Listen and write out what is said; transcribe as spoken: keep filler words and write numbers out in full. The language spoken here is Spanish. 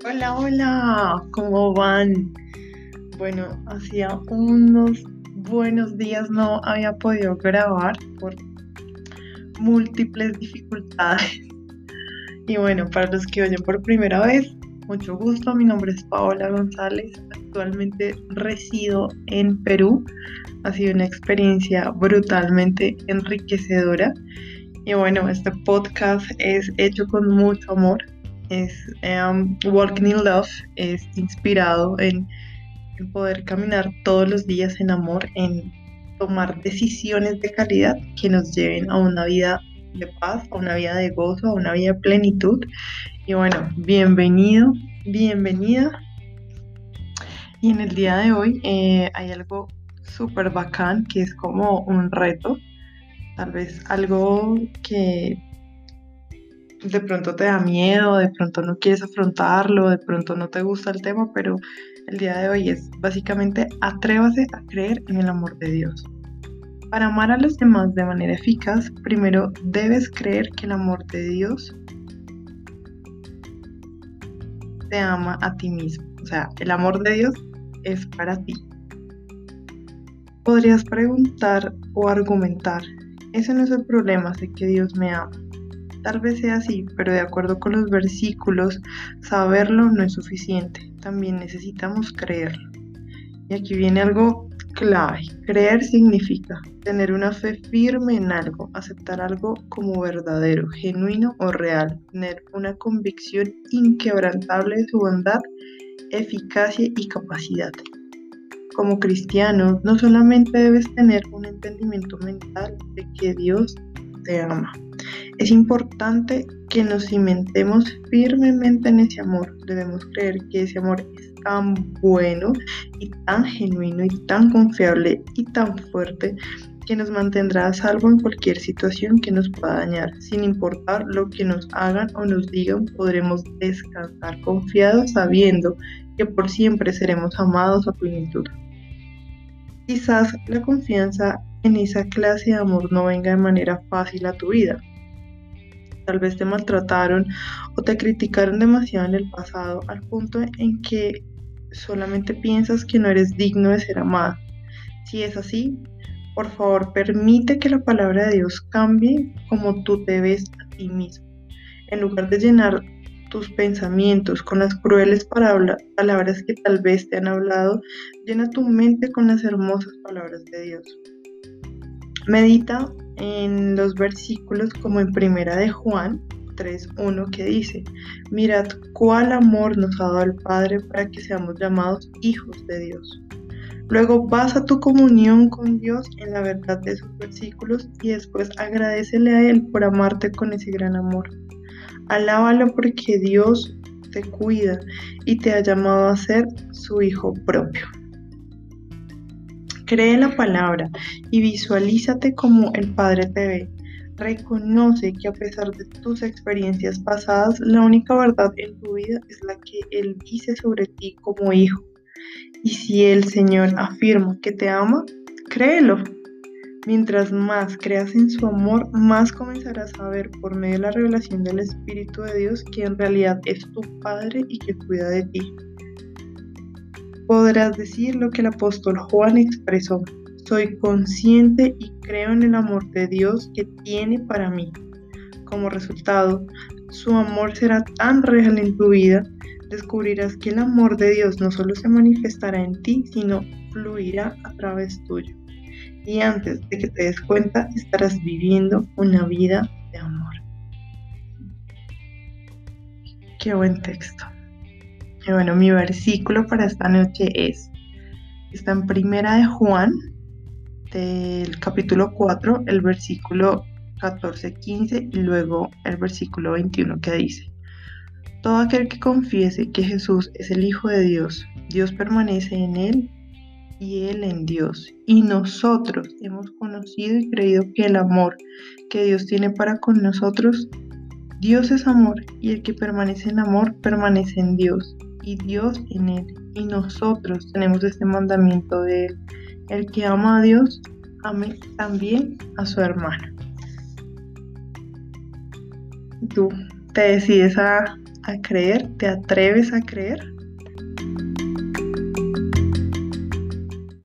Hola, hola, ¿cómo van? Bueno, hacía unos buenos días no había podido grabar por múltiples dificultades. Y bueno, para los que oyen por primera vez, mucho gusto. Mi nombre es Paola González. Actualmente resido en Perú. Ha sido una experiencia brutalmente enriquecedora. Y bueno, este podcast es hecho con mucho amor. Es um, Walking in Love, es inspirado en, en poder caminar todos los días en amor, en tomar decisiones de calidad que nos lleven a una vida de paz, a una vida de gozo, a una vida de plenitud. Y bueno, bienvenido, bienvenida. Y en el día de hoy eh, hay algo súper bacán que es como un reto, tal vez algo que de pronto te da miedo, de pronto no quieres afrontarlo, de pronto no te gusta el tema, pero el día de hoy es básicamente atrévase a creer en el amor de Dios. Para amar a los demás de manera eficaz, primero debes creer que el amor de Dios te ama a ti mismo. O sea, el amor de Dios es para ti. Podrías preguntar o argumentar, ese no es el problema, sé que Dios me ama. Tal vez sea así, pero de acuerdo con los versículos, saberlo no es suficiente. También necesitamos creerlo. Y aquí viene algo clave. Creer significa tener una fe firme en algo, aceptar algo como verdadero, genuino o real, tener una convicción inquebrantable de su bondad, eficacia y capacidad. Como cristiano, no solamente debes tener un entendimiento mental de que Dios te ama. Es importante que nos cimentemos firmemente en ese amor. Debemos creer que ese amor es tan bueno y tan genuino y tan confiable y tan fuerte que nos mantendrá a salvo en cualquier situación que nos pueda dañar. Sin importar lo que nos hagan o nos digan, podremos descansar confiados sabiendo que por siempre seremos amados a plenitud. Quizás la confianza en esa clase de amor no venga de manera fácil a tu vida. Tal vez te maltrataron o te criticaron demasiado en el pasado al punto en que solamente piensas que no eres digno de ser amado. Si es así, por favor permite que la palabra de Dios cambie como tú te ves a ti mismo. En lugar de llenar tus pensamientos con las crueles palabras que tal vez te han hablado, llena tu mente con las hermosas palabras de Dios. Medita en los versículos como en Primera de Juan tres uno que dice: mirad cuál amor nos ha dado el Padre para que seamos llamados hijos de Dios. Luego basa tu comunión con Dios en la verdad de esos versículos y después agradécele a Él por amarte con ese gran amor. Alábalo porque Dios te cuida y te ha llamado a ser su hijo propio. Cree la palabra y visualízate como el Padre te ve. Reconoce que a pesar de tus experiencias pasadas, la única verdad en tu vida es la que Él dice sobre ti como hijo. Y si el Señor afirma que te ama, créelo. Mientras más creas en su amor, más comenzarás a ver por medio de la revelación del Espíritu de Dios que en realidad es tu Padre y que cuida de ti. Podrás decir lo que el apóstol Juan expresó: soy consciente y creo en el amor de Dios que tiene para mí. Como resultado, su amor será tan real en tu vida, descubrirás que el amor de Dios no solo se manifestará en ti, sino fluirá a través tuyo. Y antes de que te des cuenta, estarás viviendo una vida de amor. Qué buen texto. Y bueno, mi versículo para esta noche es, está en Primera de Juan, del capítulo cuatro, el versículo catorce quince y luego el versículo veintiuno que dice: todo aquel que confiese que Jesús es el Hijo de Dios, Dios permanece en él y él en Dios. Y nosotros hemos conocido y creído que el amor que Dios tiene para con nosotros, Dios es amor, y el que permanece en amor permanece en Dios y Dios en él. Y nosotros tenemos este mandamiento de él: el que ama a Dios, ame también a su hermano. Tú te decides a a creer? ¿Te atreves a creer?